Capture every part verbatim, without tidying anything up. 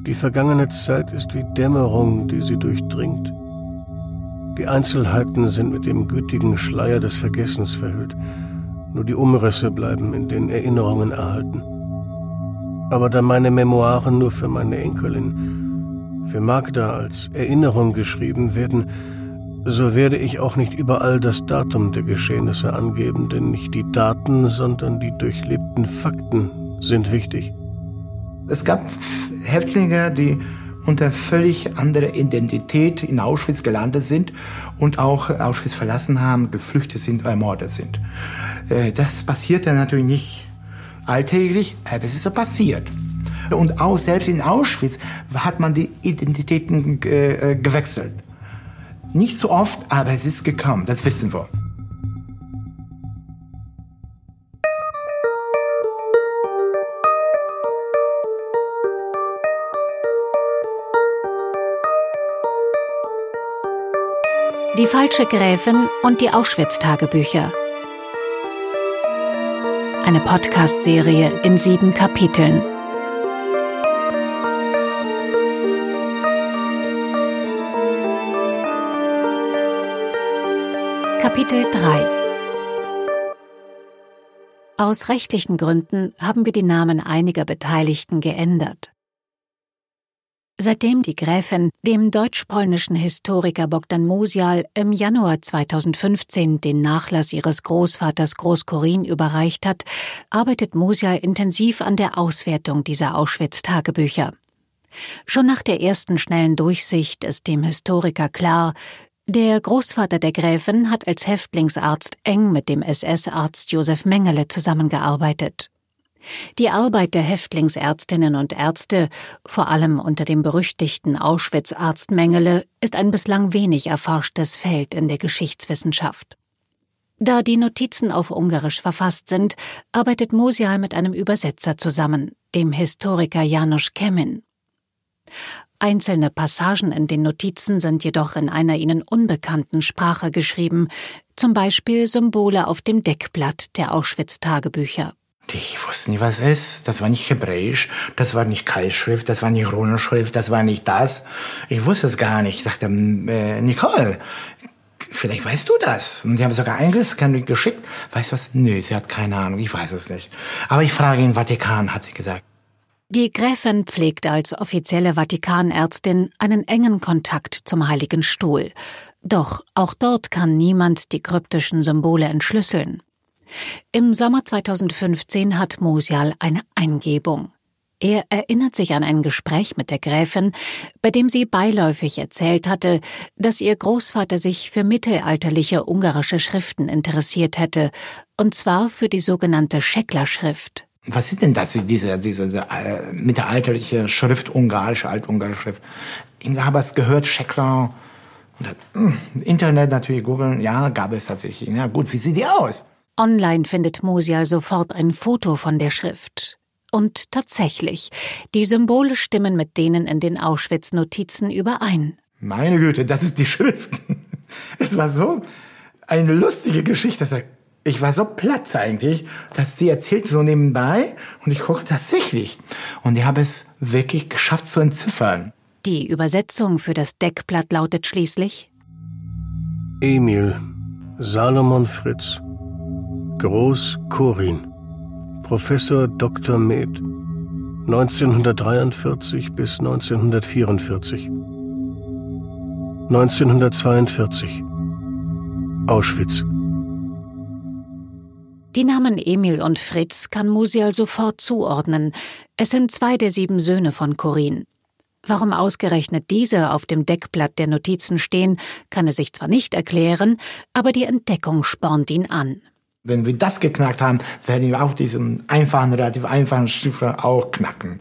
Die vergangene Zeit ist wie Dämmerung, die sie durchdringt. Die Einzelheiten sind mit dem gütigen Schleier des Vergessens verhüllt. Nur die Umrisse bleiben in den Erinnerungen erhalten. Aber da meine Memoiren nur für meine Enkelin, für Magda als Erinnerung geschrieben werden, so werde ich auch nicht überall das Datum der Geschehnisse angeben, denn nicht die Daten, sondern die durchlebten Fakten sind wichtig. Es gab Häftlinge, die unter völlig anderer Identität in Auschwitz gelandet sind und auch Auschwitz verlassen haben, geflüchtet sind, ermordet sind. Das passiert dann natürlich nicht alltäglich, aber es ist so passiert. Und auch selbst in Auschwitz hat man die Identitäten äh, gewechselt. Nicht so oft, aber es ist gekommen, das wissen wir. Die falsche Gräfin und die Auschwitz-Tagebücher. Eine Podcast-Serie in sieben Kapiteln. Kapitel drei. Aus rechtlichen Gründen haben wir die Namen einiger Beteiligten geändert. Seitdem die Gräfin dem deutsch-polnischen Historiker Bogdan Musial im Januar zweitausendfünfzehn den Nachlass ihres Großvaters Groß-Korin überreicht hat, arbeitet Musial intensiv an der Auswertung dieser Auschwitz-Tagebücher. Schon nach der ersten schnellen Durchsicht ist dem Historiker klar, der Großvater der Gräfin hat als Häftlingsarzt eng mit dem S S-Arzt Josef Mengele zusammengearbeitet. Die Arbeit der Häftlingsärztinnen und Ärzte, vor allem unter dem berüchtigten Auschwitz-Arzt Mengele, ist ein bislang wenig erforschtes Feld in der Geschichtswissenschaft. Da die Notizen auf Ungarisch verfasst sind, arbeitet Musial mit einem Übersetzer zusammen, dem Historiker János Kemin. Einzelne Passagen in den Notizen sind jedoch in einer ihnen unbekannten Sprache geschrieben, zum Beispiel Symbole auf dem Deckblatt der Auschwitz-Tagebücher. Ich wusste nicht, was es ist. Das war nicht Hebräisch, das war nicht Keilschrift, das war nicht Runenschrift, das war nicht das. Ich wusste es gar nicht. Ich sagte, äh, Nicole, vielleicht weißt du das. Und die haben sogar eingescannt geschickt. Weißt du was? Nö, sie hat keine Ahnung, ich weiß es nicht. Aber ich frage ihn, Vatikan, hat sie gesagt. Die Gräfin pflegt als offizielle Vatikanärztin einen engen Kontakt zum Heiligen Stuhl. Doch auch dort kann niemand die kryptischen Symbole entschlüsseln. Im Sommer zweitausendfünfzehn hat Musial eine Eingebung. Er erinnert sich an ein Gespräch mit der Gräfin, bei dem sie beiläufig erzählt hatte, dass ihr Großvater sich für mittelalterliche ungarische Schriften interessiert hätte, und zwar für die sogenannte Schekler-Schrift. Was ist denn das, diese, diese, diese äh, mittelalterliche Schrift, ungarische, altungarische Schrift? Ich habe es gehört, Schekler, oder, äh, Internet natürlich googeln, ja, gab es tatsächlich. Ja gut, wie sieht die aus? Online findet Musial sofort ein Foto von der Schrift. Und tatsächlich, die Symbole stimmen mit denen in den Auschwitz-Notizen überein. Meine Güte, das ist die Schrift. Es war so eine lustige Geschichte. Ich war so platt eigentlich, dass sie erzählt so nebenbei und ich gucke tatsächlich. Und ich habe es wirklich geschafft zu entziffern. Die Übersetzung für das Deckblatt lautet schließlich: Emil Salomon Fritz Groß-Korin, Professor Doktor med, neunzehnhundertdreiundvierzig bis neunzehnhundertvierundvierzig. neunzehnhundertzweiundvierzig. Auschwitz. Die Namen Emil und Fritz kann Musial sofort zuordnen. Es sind zwei der sieben Söhne von Korin. Warum ausgerechnet diese auf dem Deckblatt der Notizen stehen, kann er sich zwar nicht erklären, aber die Entdeckung spornt ihn an. Wenn wir das geknackt haben, werden wir auch diesen einfachen, relativ einfachen Chiffre auch knacken.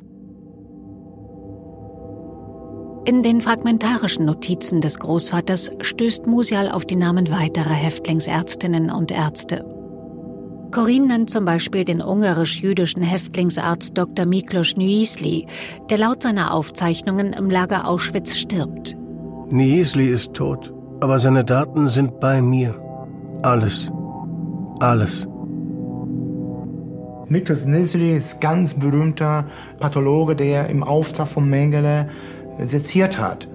In den fragmentarischen Notizen des Großvaters stößt Musial auf die Namen weiterer Häftlingsärztinnen und Ärzte. Korin nennt zum Beispiel den ungarisch-jüdischen Häftlingsarzt Doktor Miklos Nyíszly, der laut seiner Aufzeichnungen im Lager Auschwitz stirbt. Nyíszly ist tot, aber seine Daten sind bei mir. Alles. Alles. Niklaus Nysly ist ganz berühmter Pathologe, der im Auftrag von Mengele seziert hat.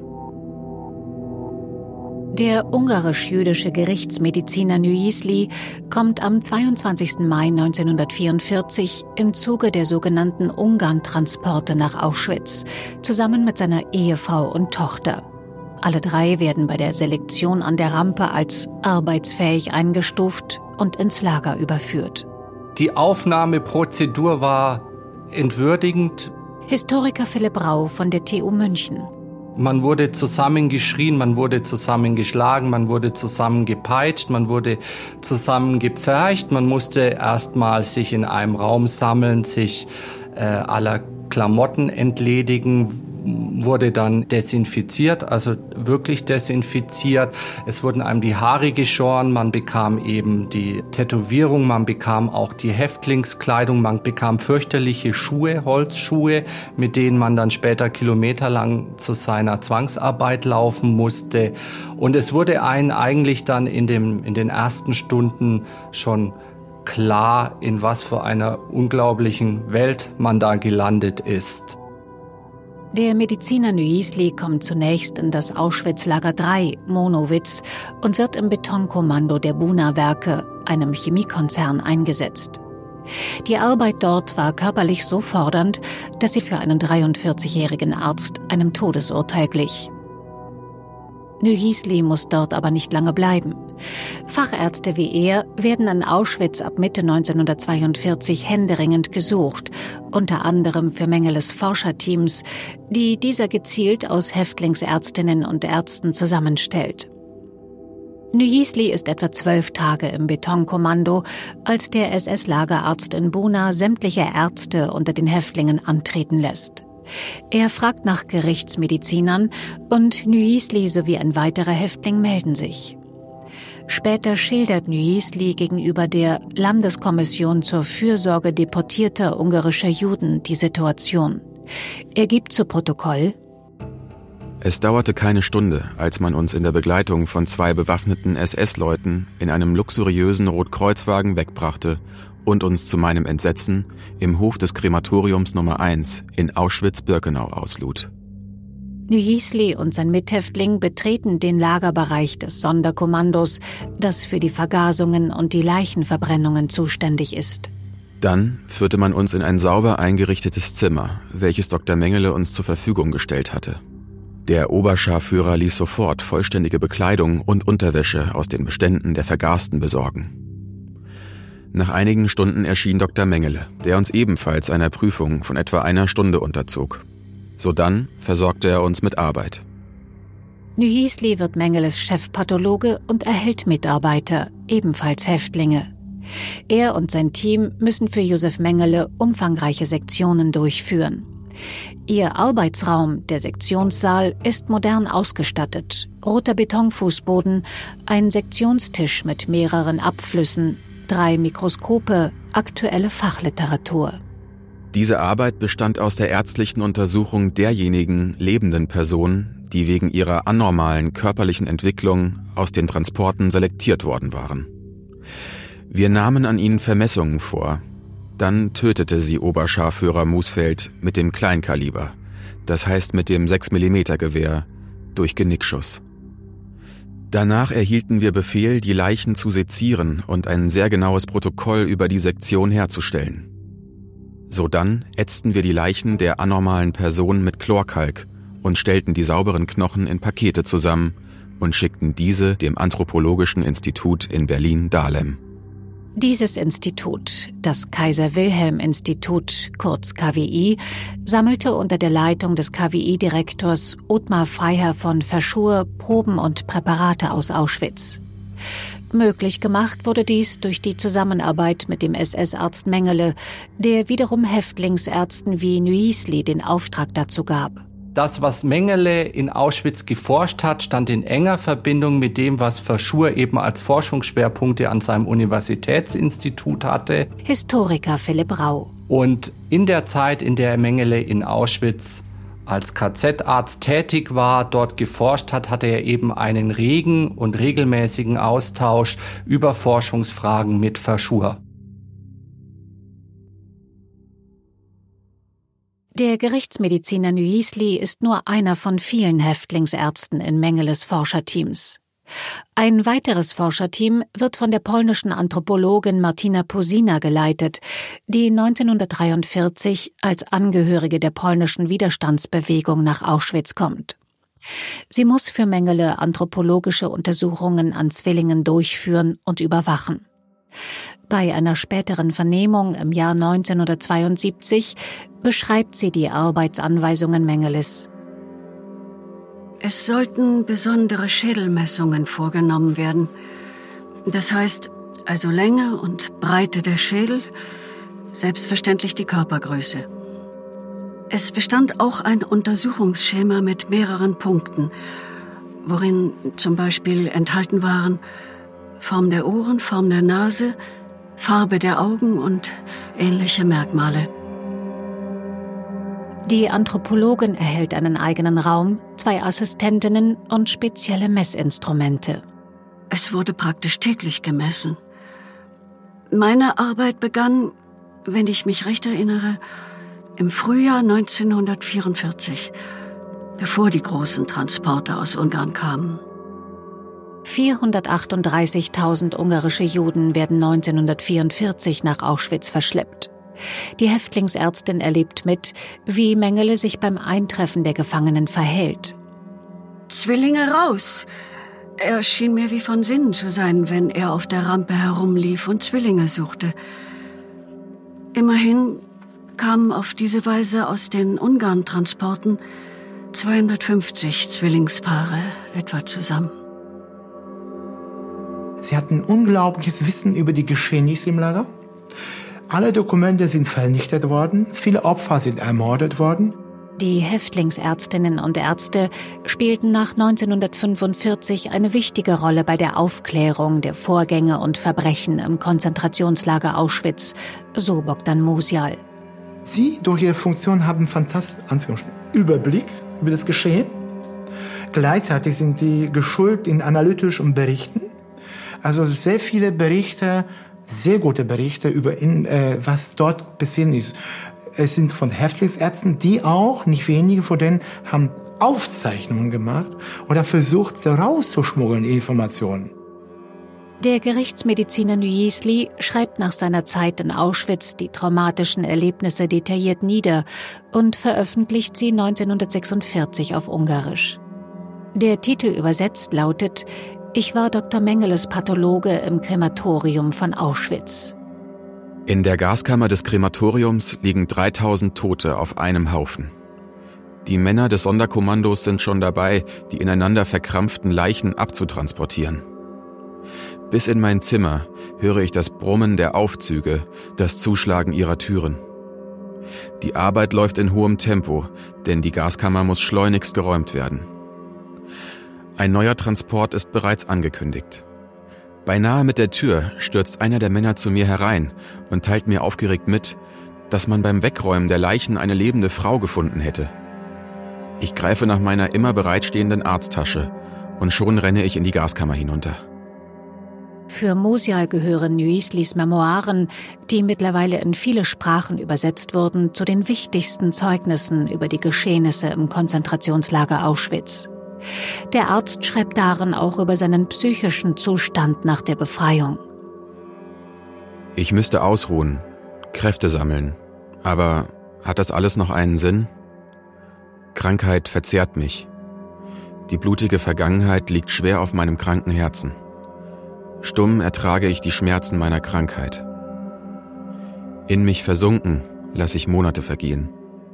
Der ungarisch-jüdische Gerichtsmediziner Nyiszli kommt am zweiundzwanzigsten Mai neunzehnhundertvierundvierzig im Zuge der sogenannten Ungarn-Transporte nach Auschwitz, zusammen mit seiner Ehefrau und Tochter. Alle drei werden bei der Selektion an der Rampe als arbeitsfähig eingestuft und ins Lager überführt. Die Aufnahmeprozedur war entwürdigend. Historiker Philipp Rau von der T U München. Man wurde zusammengeschrien, man wurde zusammengeschlagen, man wurde zusammengepeitscht, man wurde zusammengepfercht. Man musste erstmal sich in einem Raum sammeln, sich äh, aller Klamotten entledigen, wurde dann desinfiziert, also wirklich desinfiziert. Es wurden einem die Haare geschoren, man bekam eben die Tätowierung, man bekam auch die Häftlingskleidung, man bekam fürchterliche Schuhe, Holzschuhe, mit denen man dann später kilometerlang zu seiner Zwangsarbeit laufen musste. Und es wurde einem eigentlich dann in dem, in den ersten Stunden schon klar, in was für einer unglaublichen Welt man da gelandet ist. Der Mediziner Nyiszli kommt zunächst in das Auschwitz-Lager drei, Monowitz, und wird im Betonkommando der Buna-Werke, einem Chemiekonzern, eingesetzt. Die Arbeit dort war körperlich so fordernd, dass sie für einen dreiundvierzigjährigen Arzt einem Todesurteil glich. Nyiszli muss dort aber nicht lange bleiben. Fachärzte wie er werden in Auschwitz ab Mitte neunzehnhundertzweiundvierzig händeringend gesucht, unter anderem für Mengeles Forscherteams, die dieser gezielt aus Häftlingsärztinnen und Ärzten zusammenstellt. Nyiszli ist etwa zwölf Tage im Betonkommando, als der S S-Lagerarzt in Buna sämtliche Ärzte unter den Häftlingen antreten lässt. Er fragt nach Gerichtsmedizinern und Nyiszli sowie ein weiterer Häftling melden sich. Später schildert Nyiszli gegenüber der Landeskommission zur Fürsorge deportierter ungarischer Juden die Situation. Er gibt zu Protokoll: Es dauerte keine Stunde, als man uns in der Begleitung von zwei bewaffneten S S-Leuten in einem luxuriösen Rotkreuzwagen wegbrachte und uns zu meinem Entsetzen im Hof des Krematoriums Nummer eins in Auschwitz-Birkenau auslud. Nyiszli und sein Mithäftling betreten den Lagerbereich des Sonderkommandos, das für die Vergasungen und die Leichenverbrennungen zuständig ist. Dann führte man uns in ein sauber eingerichtetes Zimmer, welches Doktor Mengele uns zur Verfügung gestellt hatte. Der Oberscharführer ließ sofort vollständige Bekleidung und Unterwäsche aus den Beständen der Vergasten besorgen. Nach einigen Stunden erschien Doktor Mengele, der uns ebenfalls einer Prüfung von etwa einer Stunde unterzog. Sodann versorgte er uns mit Arbeit. Nyiszli wird Mengeles Chefpathologe und erhält Mitarbeiter, ebenfalls Häftlinge. Er und sein Team müssen für Josef Mengele umfangreiche Sektionen durchführen. Ihr Arbeitsraum, der Sektionssaal, ist modern ausgestattet. Roter Betonfußboden, ein Sektionstisch mit mehreren Abflüssen, drei Mikroskope, aktuelle Fachliteratur. Diese Arbeit bestand aus der ärztlichen Untersuchung derjenigen lebenden Personen, die wegen ihrer anormalen körperlichen Entwicklung aus den Transporten selektiert worden waren. Wir nahmen an ihnen Vermessungen vor. Dann tötete sie Oberscharführer Musfeld mit dem Kleinkaliber, das heißt mit dem sechs Millimeter Gewehr, durch Genickschuss. Danach erhielten wir Befehl, die Leichen zu sezieren und ein sehr genaues Protokoll über die Sektion herzustellen. Sodann ätzten wir die Leichen der anormalen Person mit Chlorkalk und stellten die sauberen Knochen in Pakete zusammen und schickten diese dem Anthropologischen Institut in Berlin-Dahlem. Dieses Institut, das Kaiser-Wilhelm-Institut, kurz K W I, sammelte unter der Leitung des K W I-Direktors Othmar Freiherr von Verschuur Proben und Präparate aus Auschwitz. Möglich gemacht wurde dies durch die Zusammenarbeit mit dem S S-Arzt Mengele, der wiederum Häftlingsärzten wie Nyiszli den Auftrag dazu gab. Das, was Mengele in Auschwitz geforscht hat, stand in enger Verbindung mit dem, was Verschuur eben als Forschungsschwerpunkte an seinem Universitätsinstitut hatte. Historiker Philipp Rau. Und in der Zeit, in der Mengele in Auschwitz als K Z-Arzt tätig war, dort geforscht hat, hatte er eben einen regen und regelmäßigen Austausch über Forschungsfragen mit Verschuur. Der Gerichtsmediziner Nüisli ist nur einer von vielen Häftlingsärzten in Mengeles Forscherteams. Ein weiteres Forscherteam wird von der polnischen Anthropologin Martina Posina geleitet, die neunzehnhundertdreiundvierzig als Angehörige der polnischen Widerstandsbewegung nach Auschwitz kommt. Sie muss für Mengele anthropologische Untersuchungen an Zwillingen durchführen und überwachen. Bei einer späteren Vernehmung im Jahr neunzehnhundertzweiundsiebzig beschreibt sie die Arbeitsanweisungen Mengeles. Es sollten besondere Schädelmessungen vorgenommen werden. Das heißt, also Länge und Breite der Schädel, selbstverständlich die Körpergröße. Es bestand auch ein Untersuchungsschema mit mehreren Punkten, worin zum Beispiel enthalten waren Form der Ohren, Form der Nase, Farbe der Augen und ähnliche Merkmale. Die Anthropologin erhält einen eigenen Raum, zwei Assistentinnen und spezielle Messinstrumente. Es wurde praktisch täglich gemessen. Meine Arbeit begann, wenn ich mich recht erinnere, im Frühjahr neunzehnhundertvierundvierzig, bevor die großen Transporte aus Ungarn kamen. vierhundertachtunddreißigtausend ungarische Juden werden neunzehnhundertvierundvierzig nach Auschwitz verschleppt. Die Häftlingsärztin erlebt mit, wie Mengele sich beim Eintreffen der Gefangenen verhält. Zwillinge raus! Er schien mir wie von Sinnen zu sein, wenn er auf der Rampe herumlief und Zwillinge suchte. Immerhin kamen auf diese Weise aus den Ungarn-Transporten zweihundertfünfzig Zwillingspaare etwa zusammen. Sie hatten unglaubliches Wissen über die Geschehnisse im Lager. Alle Dokumente sind vernichtet worden, viele Opfer sind ermordet worden. Die Häftlingsärztinnen und Ärzte spielten nach neunzehnhundertfünfundvierzig eine wichtige Rolle bei der Aufklärung der Vorgänge und Verbrechen im Konzentrationslager Auschwitz, so Bogdan Musial. Sie durch ihre Funktion haben fantastischen Überblick über das Geschehen. Gleichzeitig sind sie geschult in analytischen Berichten. Also sehr viele Berichte, sehr gute Berichte über in, äh, was dort passiert ist. Es sind von Häftlingsärzten, die auch, nicht wenige von denen, haben Aufzeichnungen gemacht oder versucht, rauszuschmuggeln, Informationen. Der Gerichtsmediziner Nüisli schreibt nach seiner Zeit in Auschwitz die traumatischen Erlebnisse detailliert nieder und veröffentlicht sie neunzehnhundertsechsundvierzig auf Ungarisch. Der Titel übersetzt lautet »Ich war Doktor Mengeles Pathologe im Krematorium von Auschwitz«. In der Gaskammer des Krematoriums liegen dreitausend Tote auf einem Haufen. Die Männer des Sonderkommandos sind schon dabei, die ineinander verkrampften Leichen abzutransportieren. Bis in mein Zimmer höre ich das Brummen der Aufzüge, das Zuschlagen ihrer Türen. Die Arbeit läuft in hohem Tempo, denn die Gaskammer muss schleunigst geräumt werden. Ein neuer Transport ist bereits angekündigt. Beinahe mit der Tür stürzt einer der Männer zu mir herein und teilt mir aufgeregt mit, dass man beim Wegräumen der Leichen eine lebende Frau gefunden hätte. Ich greife nach meiner immer bereitstehenden Arzttasche und schon renne ich in die Gaskammer hinunter. Für Musial gehören Nüislis Memoiren, die mittlerweile in viele Sprachen übersetzt wurden, zu den wichtigsten Zeugnissen über die Geschehnisse im Konzentrationslager Auschwitz. Der Arzt schreibt darin auch über seinen psychischen Zustand nach der Befreiung. Ich müsste ausruhen, Kräfte sammeln. Aber hat das alles noch einen Sinn? Krankheit verzehrt mich. Die blutige Vergangenheit liegt schwer auf meinem kranken Herzen. Stumm ertrage ich die Schmerzen meiner Krankheit. In mich versunken lasse ich Monate vergehen.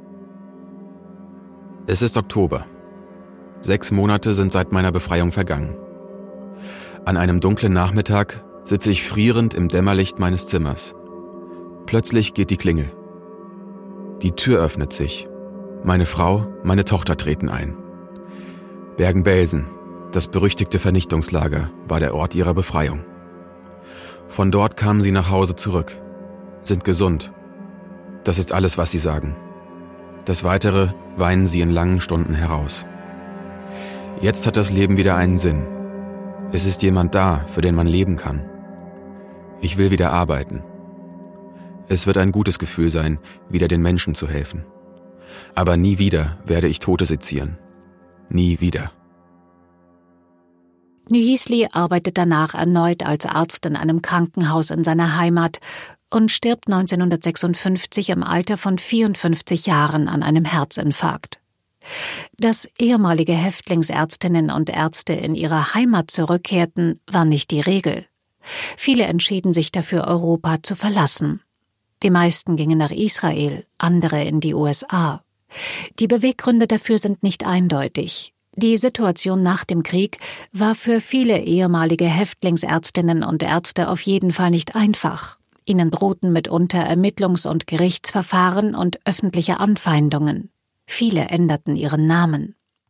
Es ist Oktober. Sechs Monate sind seit meiner Befreiung vergangen. An einem dunklen Nachmittag sitze ich frierend im Dämmerlicht meines Zimmers. Plötzlich geht die Klingel. Die Tür öffnet sich. Meine Frau, meine Tochter treten ein. Bergen-Belsen, das berüchtigte Vernichtungslager, war der Ort ihrer Befreiung. Von dort kamen sie nach Hause zurück, sind gesund. Das ist alles, was sie sagen. Das Weitere weinen sie in langen Stunden heraus. Jetzt hat das Leben wieder einen Sinn. Es ist jemand da, für den man leben kann. Ich will wieder arbeiten. Es wird ein gutes Gefühl sein, wieder den Menschen zu helfen. Aber nie wieder werde ich Tote sezieren. Nie wieder. Nyisli arbeitet danach erneut als Arzt in einem Krankenhaus in seiner Heimat und stirbt neunzehnhundertsechsundfünfzig im Alter von vierundfünfzig Jahren an einem Herzinfarkt. Dass ehemalige Häftlingsärztinnen und Ärzte in ihre Heimat zurückkehrten, war nicht die Regel. Viele entschieden sich dafür, Europa zu verlassen. Die meisten gingen nach Israel, andere in die U S A. Die Beweggründe dafür sind nicht eindeutig. Die Situation nach dem Krieg war für viele ehemalige Häftlingsärztinnen und Ärzte auf jeden Fall nicht einfach. Ihnen drohten mitunter Ermittlungs- und Gerichtsverfahren und öffentliche Anfeindungen. Viele änderten ihren Namen.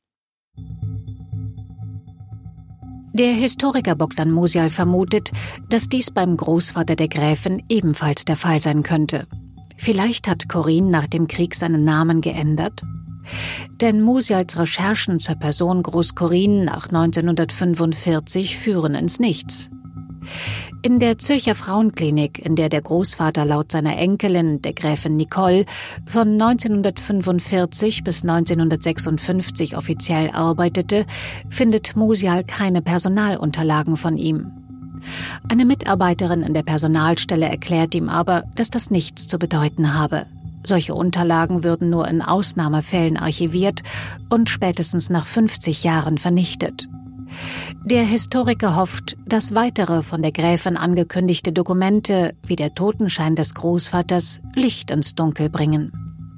Der Historiker Bogdan Musial vermutet, dass dies beim Großvater der Gräfin ebenfalls der Fall sein könnte. Vielleicht hat Corinne nach dem Krieg seinen Namen geändert? Denn Musials Recherchen zur Person Groß Corinne nach neunzehnhundertfünfundvierzig führen ins Nichts. In der Zürcher Frauenklinik, in der der Großvater laut seiner Enkelin, der Gräfin Nicole, von neunzehnhundertfünfundvierzig bis neunzehnhundertsechsundfünfzig offiziell arbeitete, findet Musial keine Personalunterlagen von ihm. Eine Mitarbeiterin in der Personalstelle erklärt ihm aber, dass das nichts zu bedeuten habe. Solche Unterlagen würden nur in Ausnahmefällen archiviert und spätestens nach fünfzig Jahren vernichtet. Der Historiker hofft, dass weitere von der Gräfin angekündigte Dokumente, wie der Totenschein des Großvaters, Licht ins Dunkel bringen.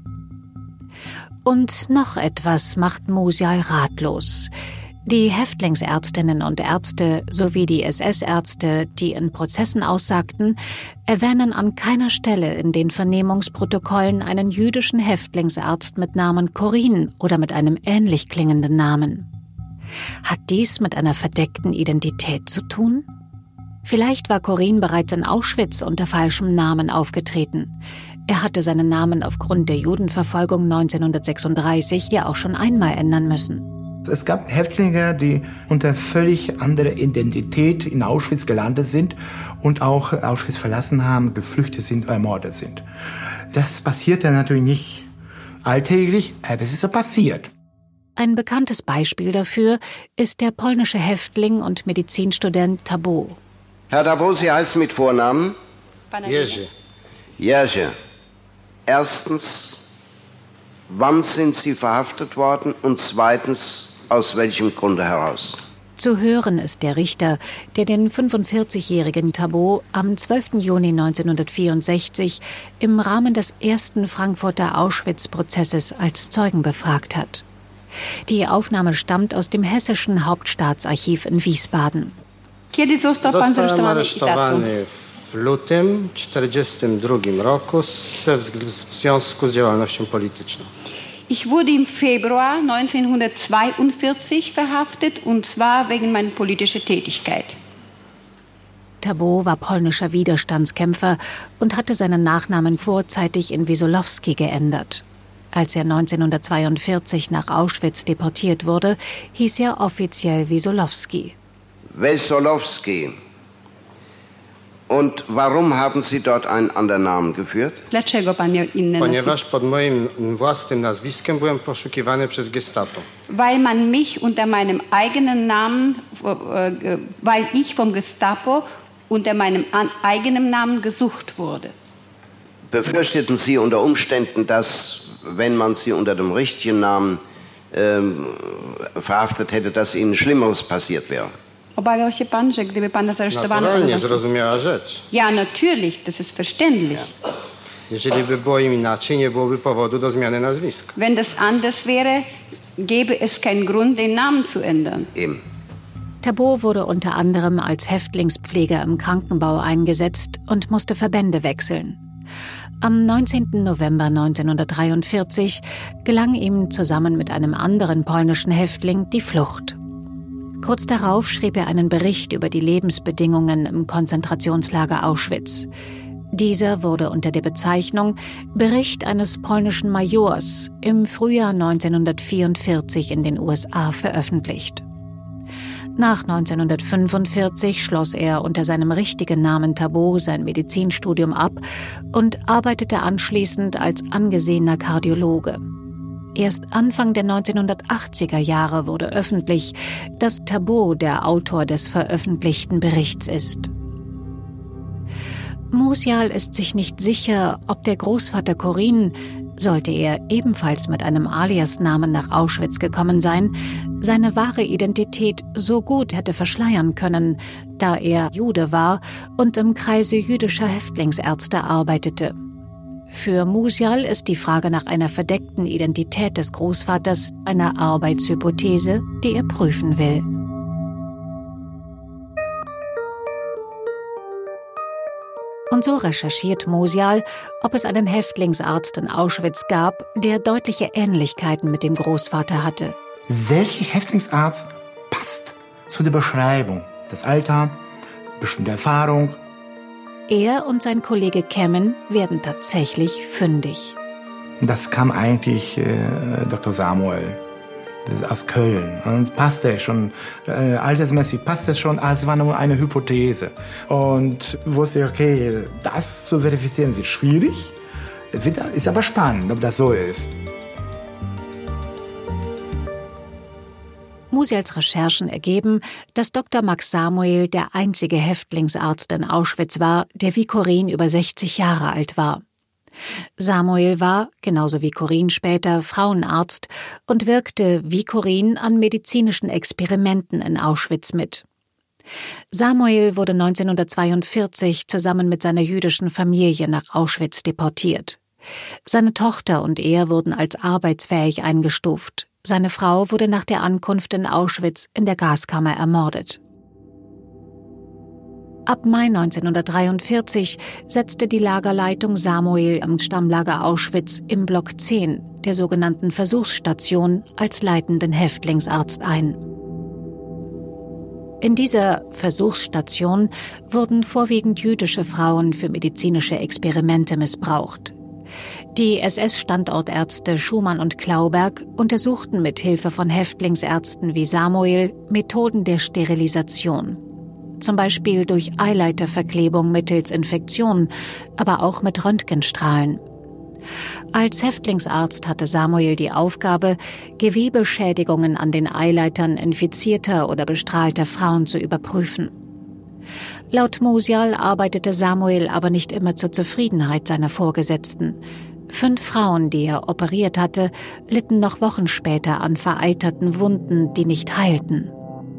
Und noch etwas macht Musial ratlos. Die Häftlingsärztinnen und Ärzte sowie die S S-Ärzte, die in Prozessen aussagten, erwähnen an keiner Stelle in den Vernehmungsprotokollen einen jüdischen Häftlingsarzt mit Namen Corinne oder mit einem ähnlich klingenden Namen. Hat dies mit einer verdeckten Identität zu tun? Vielleicht war Corinne bereits in Auschwitz unter falschem Namen aufgetreten. Er hatte seinen Namen aufgrund der Judenverfolgung neunzehnhundertsechsunddreißig ja auch schon einmal ändern müssen. Es gab Häftlinge, die unter völlig anderer Identität in Auschwitz gelandet sind und auch Auschwitz verlassen haben, geflüchtet sind, ermordet sind. Das passierte natürlich nicht alltäglich, aber es ist so passiert. Ein bekanntes Beispiel dafür ist der polnische Häftling und Medizinstudent Tabo. Herr Tabo, Sie heißen mit Vornamen? Jerzy. Jerzy. Erstens, wann sind Sie verhaftet worden? Und zweitens, aus welchem Grunde heraus? Zu hören ist der Richter, der den fünfundvierzigjährigen Tabo am zwölften Juni neunzehnhundertvierundsechzig im Rahmen des ersten Frankfurter Auschwitz-Prozesses als Zeugen befragt hat. Die Aufnahme stammt aus dem Hessischen Hauptstaatsarchiv in Wiesbaden. Kiedy został pan zaresztowany i za co? W lutym czterdziestym drugim roku w związku z działalnością polityczną. Ich wurde im Februar neunzehnhundertzweiundvierzig verhaftet, und zwar wegen meiner politischen Tätigkeit. Tabo war polnischer Widerstandskämpfer und hatte seinen Nachnamen vorzeitig in Wesolowski geändert. Als er neunzehnhundertzweiundvierzig nach Auschwitz deportiert wurde, hieß er offiziell Wesolowski. Wesolowski. Und warum haben Sie dort einen anderen Namen geführt? Dlaczego pan miał inne nazwisko? Ponieważ pod moim własnym nazwiskiem byłem poszukiwany przez Gestapo. Weil man mich unter meinem eigenen Namen, weil ich vom Gestapo unter meinem eigenen Namen gesucht wurde. Befürchteten Sie unter Umständen, dass, wenn man Sie unter dem richtigen Namen ähm, verhaftet hätte, dass Ihnen Schlimmeres passiert wäre? Obawiał się pan, że gdyby pana zaresztowano... Naturalnie, zrozumiała rzecz. Ja, natürlich, das ist verständlich. Jeżeli by było im inaczej, nie byłoby powodu do zmiany nazwiska. Wenn das anders wäre, gäbe es keinen Grund, den Namen zu ändern. Eben. Tabo wurde unter anderem als Häftlingspfleger im Krankenbau eingesetzt und musste Verbände wechseln. Am neunzehnten November neunzehnhundertdreiundvierzig gelang ihm zusammen mit einem anderen polnischen Häftling die Flucht. Kurz darauf schrieb er einen Bericht über die Lebensbedingungen im Konzentrationslager Auschwitz. Dieser wurde unter der Bezeichnung »Bericht eines polnischen Majors« im Frühjahr neunzehnhundertvierundvierzig in den U S A veröffentlicht. Nach neunzehnhundertfünfundvierzig schloss er unter seinem richtigen Namen Tabo sein Medizinstudium ab und arbeitete anschließend als angesehener Kardiologe. Erst Anfang der neunzehnhundertachtziger Jahre wurde öffentlich, dass Tabot der Autor des veröffentlichten Berichts ist. Musial ist sich nicht sicher, ob der Großvater Corinne, sollte er ebenfalls mit einem Aliasnamen nach Auschwitz gekommen sein, seine wahre Identität so gut hätte verschleiern können, da er Jude war und im Kreise jüdischer Häftlingsärzte arbeitete. Für Musial ist die Frage nach einer verdeckten Identität des Großvaters eine Arbeitshypothese, die er prüfen will. Und so recherchiert Musial, ob es einen Häftlingsarzt in Auschwitz gab, der deutliche Ähnlichkeiten mit dem Großvater hatte. Welcher Häftlingsarzt passt zu der Beschreibung? Das Alter, bestimmte Erfahrung. Er und sein Kollege Kemen werden tatsächlich fündig. Das kam eigentlich äh, Doktor Samuel aus Köln. Und passte schon, äh, altersmäßig passte es schon, es war nur eine Hypothese. Und wusste ich, okay, das zu verifizieren wird schwierig, ist aber spannend, ob das so ist. Musials Recherchen ergeben, dass Doktor Max Samuel der einzige Häftlingsarzt in Auschwitz war, der wie Corinne über sechzig Jahre alt war. Samuel war, genauso wie Corinne später, Frauenarzt und wirkte wie Corinne an medizinischen Experimenten in Auschwitz mit. Samuel wurde neunzehnhundertzweiundvierzig zusammen mit seiner jüdischen Familie nach Auschwitz deportiert. Seine Tochter und er wurden als arbeitsfähig eingestuft. Seine Frau wurde nach der Ankunft in Auschwitz in der Gaskammer ermordet. Ab Mai neunzehnhundertdreiundvierzig setzte die Lagerleitung Samuel im Stammlager Auschwitz im Block zehn, der sogenannten Versuchsstation, als leitenden Häftlingsarzt ein. In dieser Versuchsstation wurden vorwiegend jüdische Frauen für medizinische Experimente missbraucht. Die S S-Standortärzte Schumann und Klauberg untersuchten mit Hilfe von Häftlingsärzten wie Samuel Methoden der Sterilisation. Zum Beispiel durch Eileiterverklebung mittels Infektion, aber auch mit Röntgenstrahlen. Als Häftlingsarzt hatte Samuel die Aufgabe, Gewebeschädigungen an den Eileitern infizierter oder bestrahlter Frauen zu überprüfen. Laut Musial arbeitete Samuel aber nicht immer zur Zufriedenheit seiner Vorgesetzten. Fünf Frauen, die er operiert hatte, litten noch Wochen später an vereiterten Wunden, die nicht heilten.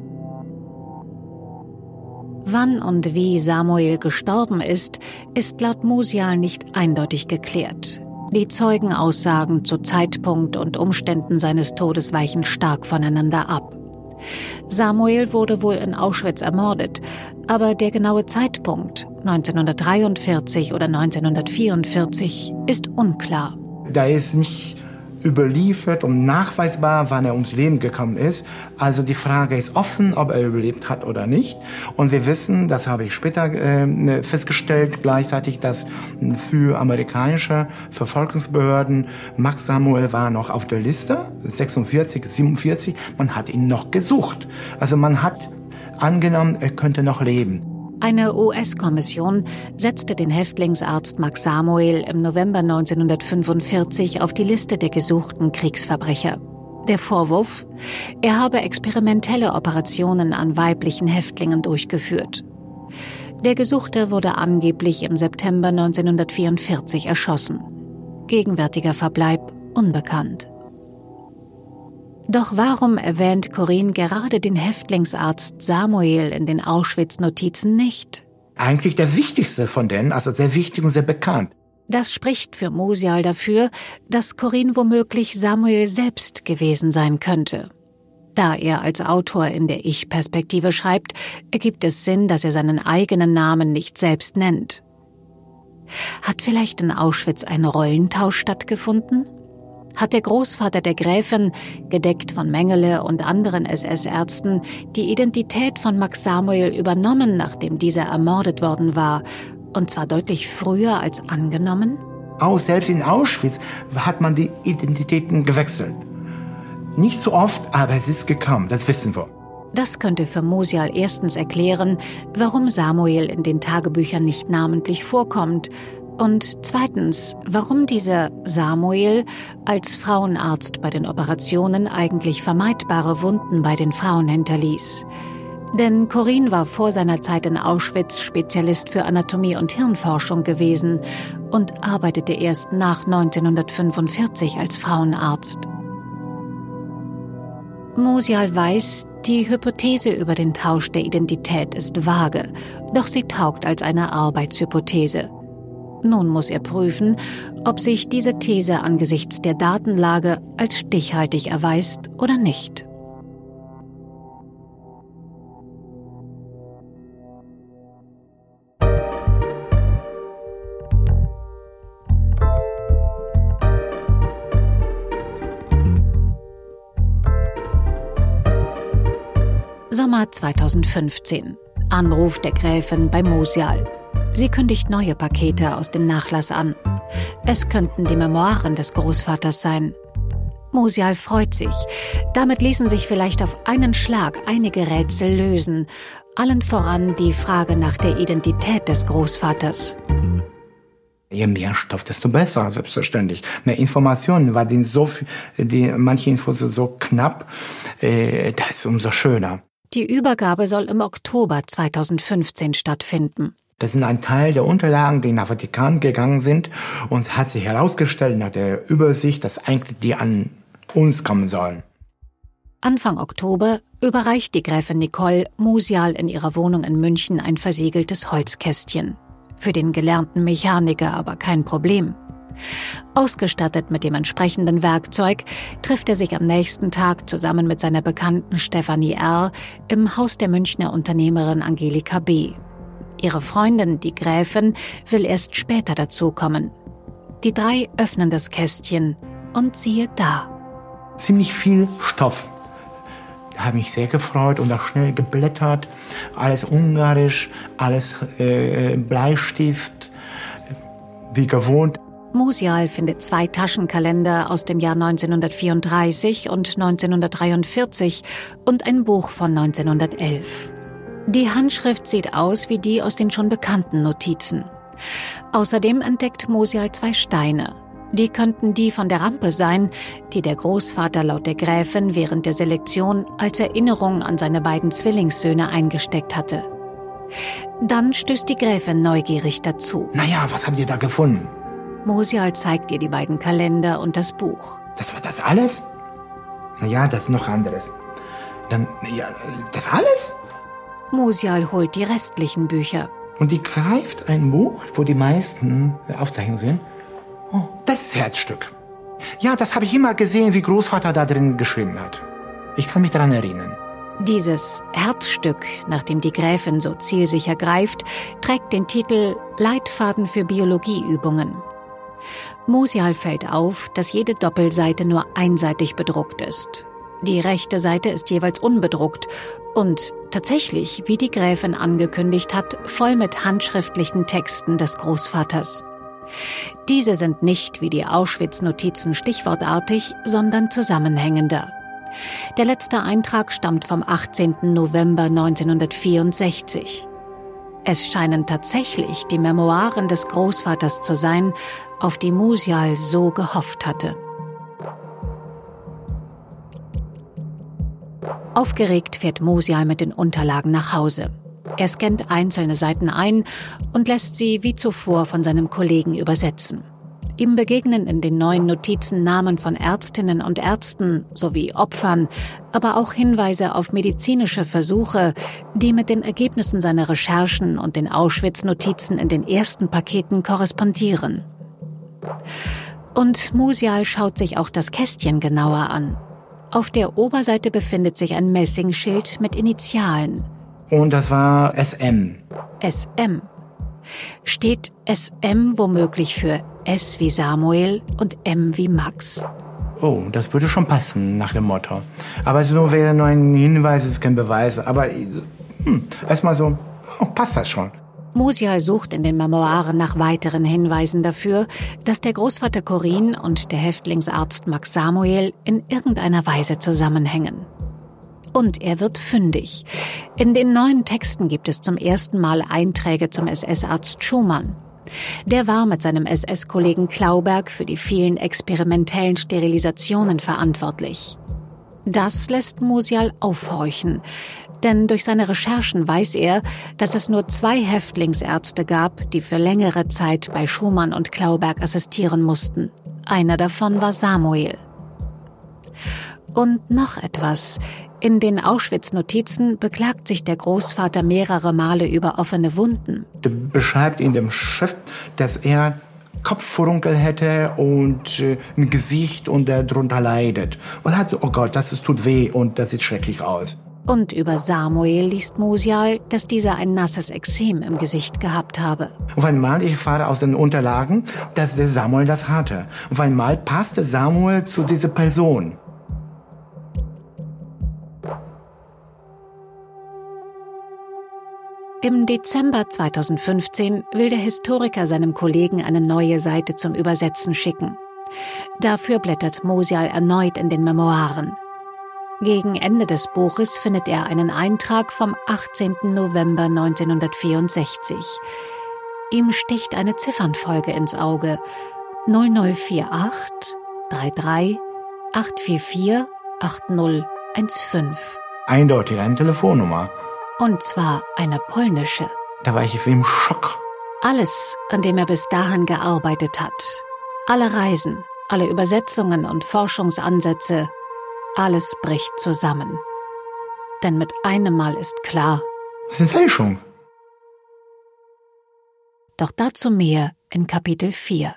Wann und wie Samuel gestorben ist, ist laut Musial nicht eindeutig geklärt. Die Zeugenaussagen zu Zeitpunkt und Umständen seines Todes weichen stark voneinander ab. Samuel wurde wohl in Auschwitz ermordet, aber der genaue Zeitpunkt, neunzehnhundertdreiundvierzig oder neunzehnhundertvierundvierzig, ist unklar. Da ist nicht überliefert und nachweisbar, wann er ums Leben gekommen ist. Also die Frage ist offen, ob er überlebt hat oder nicht. Und wir wissen, das habe ich später äh, festgestellt, gleichzeitig, dass für amerikanische Verfolgungsbehörden Max Samuel war noch auf der Liste, sechsundvierzig, siebenundvierzig, man hat ihn noch gesucht. Also man hat angenommen, er könnte noch leben. Eine U S-Kommission setzte den Häftlingsarzt Max Samuel im November neunzehnhundertfünfundvierzig auf die Liste der gesuchten Kriegsverbrecher. Der Vorwurf: er habe experimentelle Operationen an weiblichen Häftlingen durchgeführt. Der Gesuchte wurde angeblich im September neunzehnhundertvierundvierzig erschossen. Gegenwärtiger Verbleib unbekannt. Doch warum erwähnt Corinne gerade den Häftlingsarzt Samuel in den Auschwitz-Notizen nicht? Eigentlich der wichtigste von denen, also sehr wichtig und sehr bekannt. Das spricht für Musial dafür, dass Corinne womöglich Samuel selbst gewesen sein könnte. Da er als Autor in der Ich-Perspektive schreibt, ergibt es Sinn, dass er seinen eigenen Namen nicht selbst nennt. Hat vielleicht in Auschwitz ein Rollentausch stattgefunden? Hat der Großvater der Gräfin, gedeckt von Mengele und anderen S S-Ärzten, die Identität von Max Samuel übernommen, nachdem dieser ermordet worden war, und zwar deutlich früher als angenommen? Auch selbst in Auschwitz hat man die Identitäten gewechselt. Nicht so oft, aber es ist gekommen, das wissen wir. Das könnte für Musial erstens erklären, warum Samuel in den Tagebüchern nicht namentlich vorkommt, Und zweitens, warum dieser Samuel als Frauenarzt bei den Operationen eigentlich vermeidbare Wunden bei den Frauen hinterließ. Denn Corinne war vor seiner Zeit in Auschwitz Spezialist für Anatomie und Hirnforschung gewesen und arbeitete erst nach neunzehnhundertfünfundvierzig als Frauenarzt. Musial weiß, die Hypothese über den Tausch der Identität ist vage, doch sie taugt als eine Arbeitshypothese. Nun muss er prüfen, ob sich diese These angesichts der Datenlage als stichhaltig erweist oder nicht. Sommer zweitausendfünfzehn. Anruf der Gräfin bei Musial. Sie kündigt neue Pakete aus dem Nachlass an. Es könnten die Memoiren des Großvaters sein. Musial freut sich. Damit ließen sich vielleicht auf einen Schlag einige Rätsel lösen. Allen voran die Frage nach der Identität des Großvaters. Je mehr Stoff, desto besser, selbstverständlich. Mehr Informationen, weil die so, die, manche Infos sind so knapp, äh, das ist umso schöner. Die Übergabe soll im Oktober zweitausendfünfzehn stattfinden. Das sind ein Teil der Unterlagen, die nach Vatikan gegangen sind. Und es hat sich herausgestellt nach der Übersicht, dass eigentlich die an uns kommen sollen. Anfang Oktober überreicht die Gräfin Nicole Musial in ihrer Wohnung in München ein versiegeltes Holzkästchen. Für den gelernten Mechaniker aber kein Problem. Ausgestattet mit dem entsprechenden Werkzeug trifft er sich am nächsten Tag zusammen mit seiner Bekannten Stefanie R. im Haus der Münchner Unternehmerin Angelika B. Ihre Freundin, die Gräfin, will erst später dazukommen. Die drei öffnen das Kästchen und siehe da. Ziemlich viel Stoff. Da habe ich mich sehr gefreut und auch schnell geblättert. Alles ungarisch, alles äh, Bleistift, wie gewohnt. Musial findet zwei Taschenkalender aus dem Jahr neunzehnhundertvierunddreißig und neunzehnhundertdreiundvierzig und ein Buch von neunzehnhundertelf. Die Handschrift sieht aus wie die aus den schon bekannten Notizen. Außerdem entdeckt Musial zwei Steine. Die könnten die von der Rampe sein, die der Großvater laut der Gräfin während der Selektion als Erinnerung an seine beiden Zwillingssöhne eingesteckt hatte. Dann stößt die Gräfin neugierig dazu. Naja, was habt ihr da gefunden? Musial zeigt ihr die beiden Kalender und das Buch. Das war das alles? Naja, das ist noch anderes. Dann, ja, das alles? Musial holt die restlichen Bücher. Und die greift ein Buch, wo die meisten Aufzeichnungen sind. Oh, das ist Herzstück. Ja, das habe ich immer gesehen, wie Großvater da drin geschrieben hat. Ich kann mich daran erinnern. Dieses Herzstück, nach dem die Gräfin so zielsicher greift, trägt den Titel Leitfaden für Biologieübungen. Musial fällt auf, dass jede Doppelseite nur einseitig bedruckt ist. Die rechte Seite ist jeweils unbedruckt und tatsächlich, wie die Gräfin angekündigt hat, voll mit handschriftlichen Texten des Großvaters. Diese sind nicht wie die Auschwitz-Notizen stichwortartig, sondern zusammenhängender. Der letzte Eintrag stammt vom achtzehnten November neunzehnhundertvierundsechzig. Es scheinen tatsächlich die Memoiren des Großvaters zu sein, auf die Musial so gehofft hatte. Aufgeregt fährt Musial mit den Unterlagen nach Hause. Er scannt einzelne Seiten ein und lässt sie wie zuvor von seinem Kollegen übersetzen. Ihm begegnen in den neuen Notizen Namen von Ärztinnen und Ärzten sowie Opfern, aber auch Hinweise auf medizinische Versuche, die mit den Ergebnissen seiner Recherchen und den Auschwitz-Notizen in den ersten Paketen korrespondieren. Und Musial schaut sich auch das Kästchen genauer an. Auf der Oberseite befindet sich ein Messingschild mit Initialen. Und das war S M. S M. Steht S M womöglich für S wie Samuel und M wie Max? Oh, das würde schon passen nach dem Motto. Aber es wäre nur ein Hinweis, es ist kein Beweis. Aber hm, erstmal so, oh, passt das schon. Musial sucht in den Memoiren nach weiteren Hinweisen dafür, dass der Großvater Corinne und der Häftlingsarzt Max Samuel in irgendeiner Weise zusammenhängen. Und er wird fündig. In den neuen Texten gibt es zum ersten Mal Einträge zum S S-Arzt Schumann. Der war mit seinem S S-Kollegen Klauberg für die vielen experimentellen Sterilisationen verantwortlich. Das lässt Musial aufhorchen, denn durch seine Recherchen weiß er, dass es nur zwei Häftlingsärzte gab, die für längere Zeit bei Schumann und Klauberg assistieren mussten. Einer davon war Samuel. Und noch etwas. In den Auschwitz-Notizen beklagt sich der Großvater mehrere Male über offene Wunden. Er beschreibt in dem Schrift, dass er Kopffurunkel hätte und äh, ein Gesicht und er darunter leidet. Und er hat so, oh Gott, das ist, tut weh und das sieht schrecklich aus. Und über Samuel liest Musial, dass dieser ein nasses Ekzem im Gesicht gehabt habe. Auf einmal, ich erfahre aus den Unterlagen, dass der Samuel das hatte. Auf einmal passte Samuel zu dieser Person. Im Dezember zweitausendfünfzehn will der Historiker seinem Kollegen eine neue Seite zum Übersetzen schicken. Dafür blättert Musial erneut in den Memoiren. Gegen Ende des Buches findet er einen Eintrag vom achtzehnten November neunzehnhundertvierundsechzig. Ihm sticht eine Ziffernfolge ins Auge: null null vier acht drei drei acht vier vier acht null eins fünf. Eindeutig eine Telefonnummer. Und zwar eine polnische. Da war ich wie im Schock. Alles, an dem er bis dahin gearbeitet hat. Alle Reisen, alle Übersetzungen und Forschungsansätze, alles bricht zusammen. Denn mit einem Mal ist klar: Das ist eine Fälschung. Doch dazu mehr in Kapitel vier.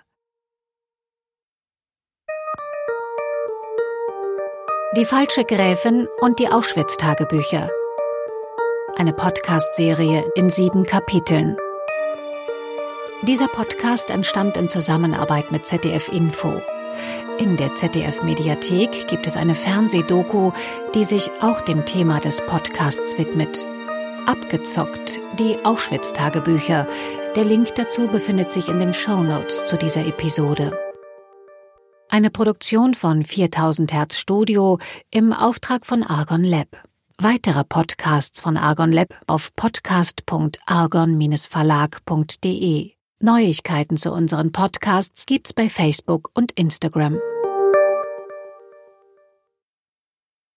Die falsche Gräfin und die Auschwitz-Tagebücher. Eine Podcast-Serie in sieben Kapiteln. Dieser Podcast entstand in Zusammenarbeit mit Z D F Info. In der Z D F-Mediathek gibt es eine Fernsehdoku, die sich auch dem Thema des Podcasts widmet. Abgezockt, die Auschwitz-Tagebücher. Der Link dazu befindet sich in den Shownotes zu dieser Episode. Eine Produktion von viertausend Hertz Studio im Auftrag von Argon Lab. Weitere Podcasts von Argon Lab auf podcast punkt argon verlag punkt de. Neuigkeiten zu unseren Podcasts gibt's bei Facebook und Instagram.